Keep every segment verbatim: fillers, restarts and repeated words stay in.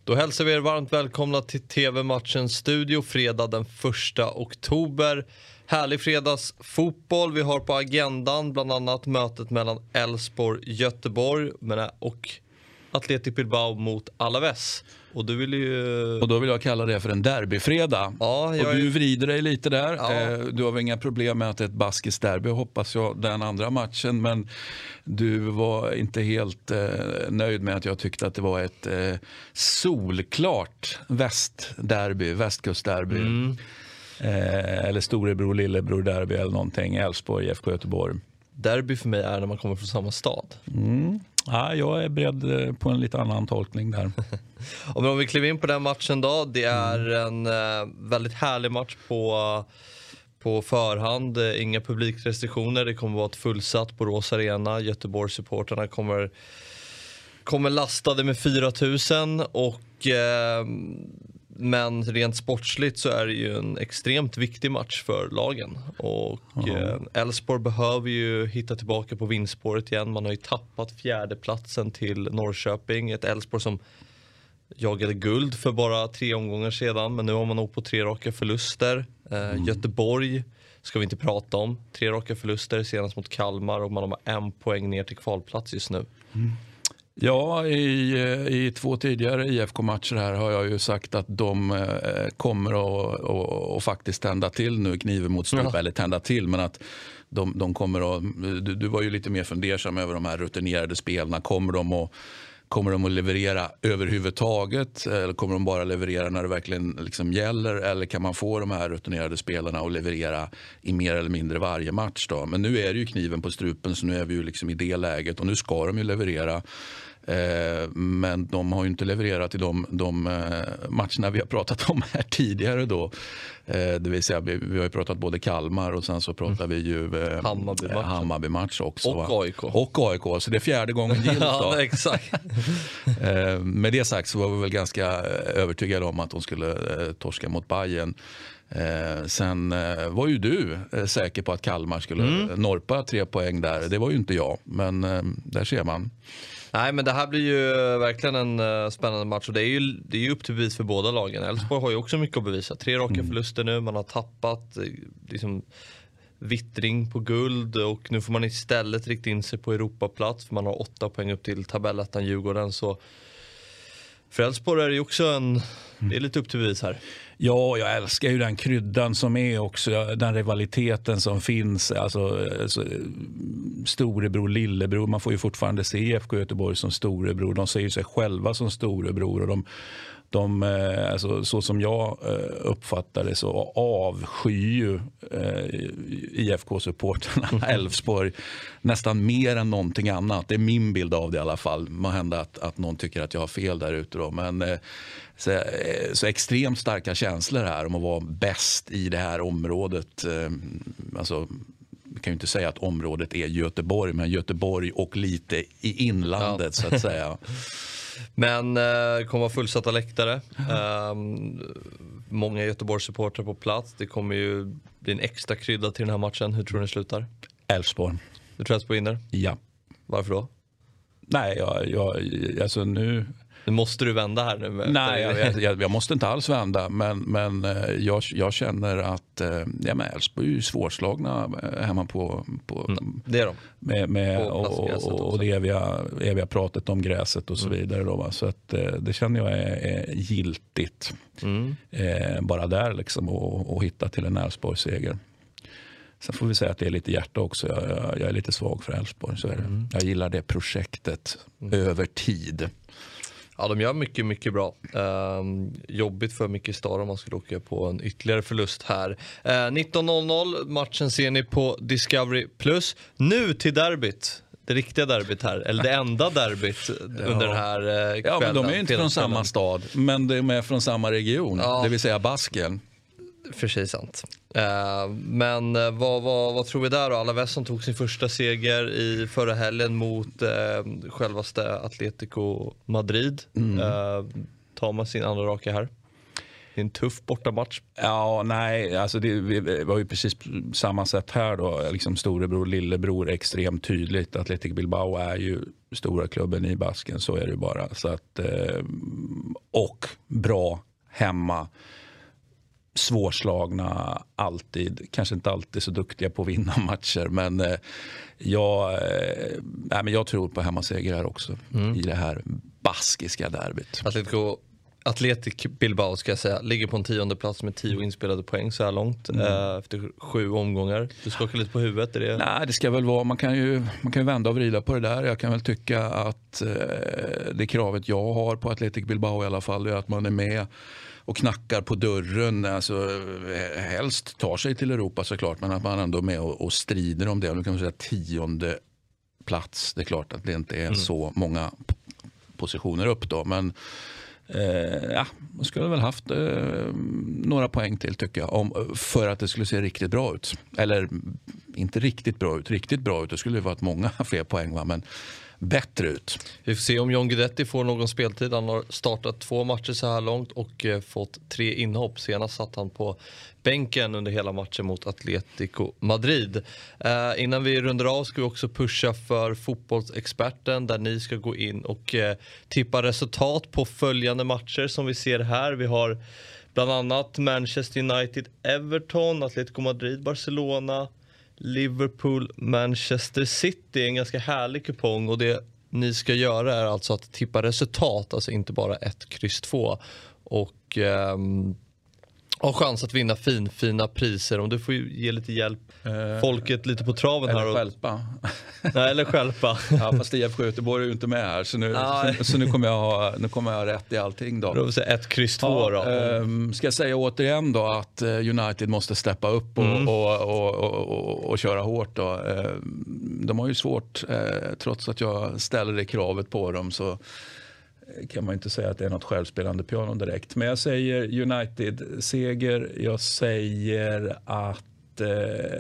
Då hälsar vi er varmt välkomna till T V-matchens studio fredag den första oktober. Härlig fredagsfotboll. Vi har på agendan bland annat mötet mellan Elfsborg-Göteborg och Athletic Bilbao mot Alaves. Och du vill ju... Och då vill jag kalla det för en derbyfredag. Ja, jag... Och du vrider dig lite där. Ja. Du har väl inga problem med att det är ett baskiskt derby, hoppas jag, den andra matchen. Men du var inte helt eh, nöjd med att jag tyckte att det var ett eh, solklart västderby, västkustderby. Mm. Eh, eller storebror, lillebror derby eller någonting. Elfsborg, I F K Göteborg. Derby för mig är när man kommer från samma stad. Mm. Ja, jag är beredd på en lite annan tolkning där. Och om vi kliver in på den matchen då. Det är en eh, väldigt härlig match på, på förhand. Inga publikrestriktioner. Det kommer vara ett fullsatt på Rås Arena. Göteborgs-supporterna kommer, kommer lastade med fyra tusen. Och... Eh, Men rent sportsligt så är det ju en extremt viktig match för lagen. Och Elfsborg eh, behöver ju hitta tillbaka på vinstspåret igen. Man har ju tappat fjärdeplatsen till Norrköping. Ett Elfsborg som jagade guld för bara tre omgångar sedan. Men nu har man åkt på tre raka förluster. Eh, mm. Göteborg ska vi inte prata om. Tre raka förluster senast mot Kalmar. Och man har en poäng ner till kvalplats just nu. Mm. Ja, i, i två tidigare I F K-matcher här har jag ju sagt att de eh, kommer att och, och faktiskt tända till nu, kniven mot strupe, ja. Eller tända till, men att de, de kommer att, du, du var ju lite mer fundersam över de här rutinerade spelarna, kommer de att Kommer de att leverera överhuvudtaget, eller kommer de bara leverera när det verkligen liksom gäller, eller kan man få de här rutinerade spelarna att leverera i mer eller mindre varje match då? Men nu är det ju kniven på strupen, så nu är vi ju liksom i det läget och nu ska de ju leverera. Eh, men de har ju inte levererat i de, de eh, matcherna vi har pratat om här tidigare då. Eh, det vill säga vi, vi har ju pratat både Kalmar och sen så pratar vi ju eh, Hammarby-match. Hammarby-match också. Och A I K. Och A I K, så det är fjärde gången gillt då. Ja, exakt. eh, med det sagt så var vi väl ganska övertygade om att de skulle eh, torska mot Bayern. Eh, sen eh, var ju du eh, säker på att Kalmar skulle mm. norpa tre poäng där. Det var ju inte jag, men eh, där ser man. Nej, men det här blir ju verkligen en uh, spännande match och det är ju, det är ju upp till bevis för båda lagen. Elfsborg har ju också mycket att bevisa. Tre raka mm. förluster nu, man har tappat liksom, vittring på guld och nu får man istället rikta in sig på Europaplats för man har åtta poäng upp till tabellettan Djurgården. Så för Elfsborg är det ju också en, det är lite upp till bevis här. Ja, jag älskar ju den kryddan som är också, den rivaliteten som finns, alltså, alltså storebror, lillebror, man får ju fortfarande se I F K Göteborg som storebror, de ser ju sig själva som storebror och de, de alltså, så som jag uppfattar det så avskyr ju I F K-supporterna Elfsborg nästan mer än någonting annat, det är min bild av det i alla fall, man händer att, att någon tycker att jag har fel där ute då, men Så, så extremt starka känslor här om att vara bäst i det här området. Alltså, vi kan ju inte säga att området är Göteborg, men Göteborg och lite i inlandet, ja. Så att säga. Men det kommer vara fullsatta läktare. Um, många Göteborgs-supportrar på plats. Det kommer ju bli en extra krydda till den här matchen. Hur tror du den slutar? Elfsborg. Du tror Elfsborg vinner? Ja. Varför då? Nej, jag, jag, alltså nu... Nu måste du vända här nu. Nej, jag, jag, jag måste inte alls vända. Men, men jag, jag känner att ja, men Elfsborg är svårslagna hemma på... på mm, det är de. Med, med, på och, och, och det eviga, eviga pratet om gräset och så mm. vidare. Då, va? Så att, det känner jag är, är giltigt. Mm. Eh, bara där liksom och, och hitta till en Elfsborg-seger. Sen får vi säga att det är lite hjärta också. Jag, jag, jag är lite svag för Elfsborg. Så är det. Mm. Jag gillar det projektet mm. över tid. Ja, de gör mycket, mycket bra. Um, jobbigt för Micke Stara om man skulle åka på en ytterligare förlust här. Uh, nitton noll noll, matchen ser ni på Discovery plus. Nu till derbyt. Det riktiga derbyt här, eller det enda derbyt ja. under den här uh, kvällen. Ja, men de är inte från samma stad, men de är från samma region, ja. Det vill säga Basken. Precis sant. Uh, men uh, vad, vad, vad tror vi där då? Alaves som tog sin första seger i förra helgen mot uh, självaste Atletico Madrid. Mm. Uh, tar man sin andra raka här? Det är en tuff bortamatch. Ja, nej, alltså det, det var ju precis samma sätt här då. Liksom storebror, lillebror, extremt tydligt. Athletic Bilbao är ju stora klubben i Basken, så är det bara. Så att, och bra hemma. Svårslagna alltid, kanske inte alltid så duktiga på att vinna matcher, men eh, jag, eh, nej, men jag tror på hemmaseger här också mm. i det här baskiska derbyt. Atletico, Athletic Bilbao ska jag säga, ligger på en tionde plats med tio inspelade poäng så här långt mm. eh, efter sju omgångar. Du skakar lite på huvudet. Är det... Nej, det ska väl vara, man kan ju man kan ju vända och vrida på det där. Jag kan väl tycka att eh, det kravet jag har på Athletic Bilbao i alla fall är att man är med och knackar på dörren, alltså helst tar sig till Europa såklart, men att man ändå är med och, och strider om det. Och nu kan man säga tionde plats, det är klart att det inte är mm. så många positioner upp då, men eh, ja, man skulle väl haft eh, några poäng till tycker jag, om, för att det skulle se riktigt bra ut. Eller inte riktigt bra ut, riktigt bra ut, det skulle ju varit många fler poäng va, men bättre ut. Vi får se om John Guidetti får någon speltid. Han har startat två matcher så här långt och eh, fått tre inhopp. Senast satt han på bänken under hela matchen mot Atletico Madrid. Eh, innan vi rundar av ska vi också pusha för fotbollsexperten där ni ska gå in och eh, tippa resultat på följande matcher som vi ser här. Vi har bland annat Manchester United, Everton, Atletico Madrid, Barcelona, Liverpool, Manchester City, en ganska härlig kupong, och det ni ska göra är alltså att tippa resultat, alltså inte bara ett kryss två, och ehm, ha chans att vinna fin, fina priser. Om du får ge lite hjälp eh, folket lite på traven eller här. Eller stjälpa. Nej, eller stjälpa. Ja, fast I F K Göteborg är ju inte med här, så nu, så, så nu, kommer jag ha, nu kommer jag ha rätt i allting då. Då vill säga ett kryss två ja, då. Eh, ska jag säga återigen då att United måste steppa upp och, mm. och, och, och, och, och köra hårt då. Eh, de har ju svårt, eh, trots att jag ställer det kravet på dem, så kan man inte säga att det är något självspelande piano direkt. Men jag säger United-seger. Jag säger att eh,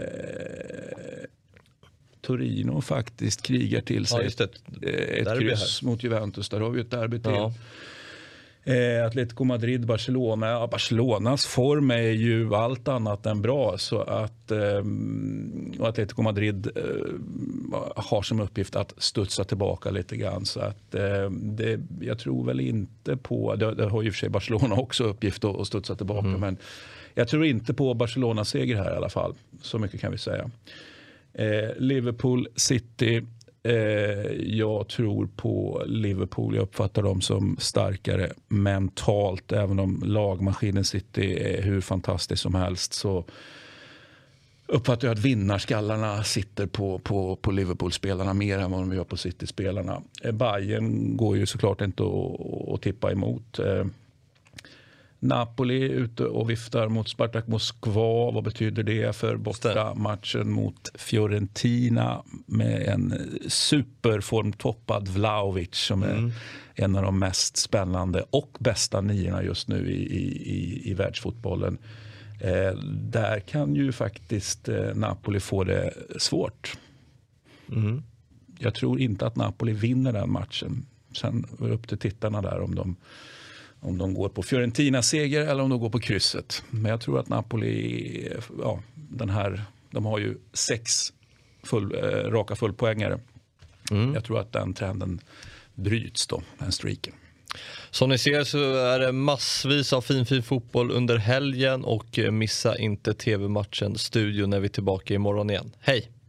Torino faktiskt krigar till sig ja, ett, ett kryss mot Juventus. Där har vi ett derby till. Ja. Eh, Atletico Madrid, Barcelona. Ja, Barcelonas form är ju allt annat än bra, så att eh, och Atletico Madrid eh, har som uppgift att studsa tillbaka lite grann, så att eh, det, jag tror väl inte på, det, det har ju för sig Barcelona också uppgift att, att studsa tillbaka, mm. men jag tror inte på Barcelonas seger här i alla fall, så mycket kan vi säga. eh, Liverpool, City. Jag tror på Liverpool. Jag uppfattar dem som starkare mentalt. Även om lagmaskinen City är hur fantastisk som helst, så uppfattar jag att vinnarskallarna sitter på, på, på Liverpool-spelarna mer än vad de gör på City-spelarna. Bayern går ju såklart inte att, att tippa emot. Napoli ute och viftar mot Spartak Moskva. Vad betyder det för borta matchen mot Fiorentina med en superformtoppad Vlahovic som mm. är en av de mest spännande och bästa niorna just nu i, i, i, i världsfotbollen. Eh, där kan ju faktiskt eh, Napoli få det svårt. Mm. Jag tror inte att Napoli vinner den matchen. Sen är det upp till tittarna där om de Om de går på Fiorentina-seger eller om de går på krysset. Men jag tror att Napoli, ja, den här, de har ju sex full, eh, raka fullpoängare. Mm. Jag tror att den trenden bryts då, den streaken. Som ni ser så är det massvis av fin, fin fotboll under helgen, och missa inte tv-matchen Studio när vi är tillbaka imorgon igen. Hej!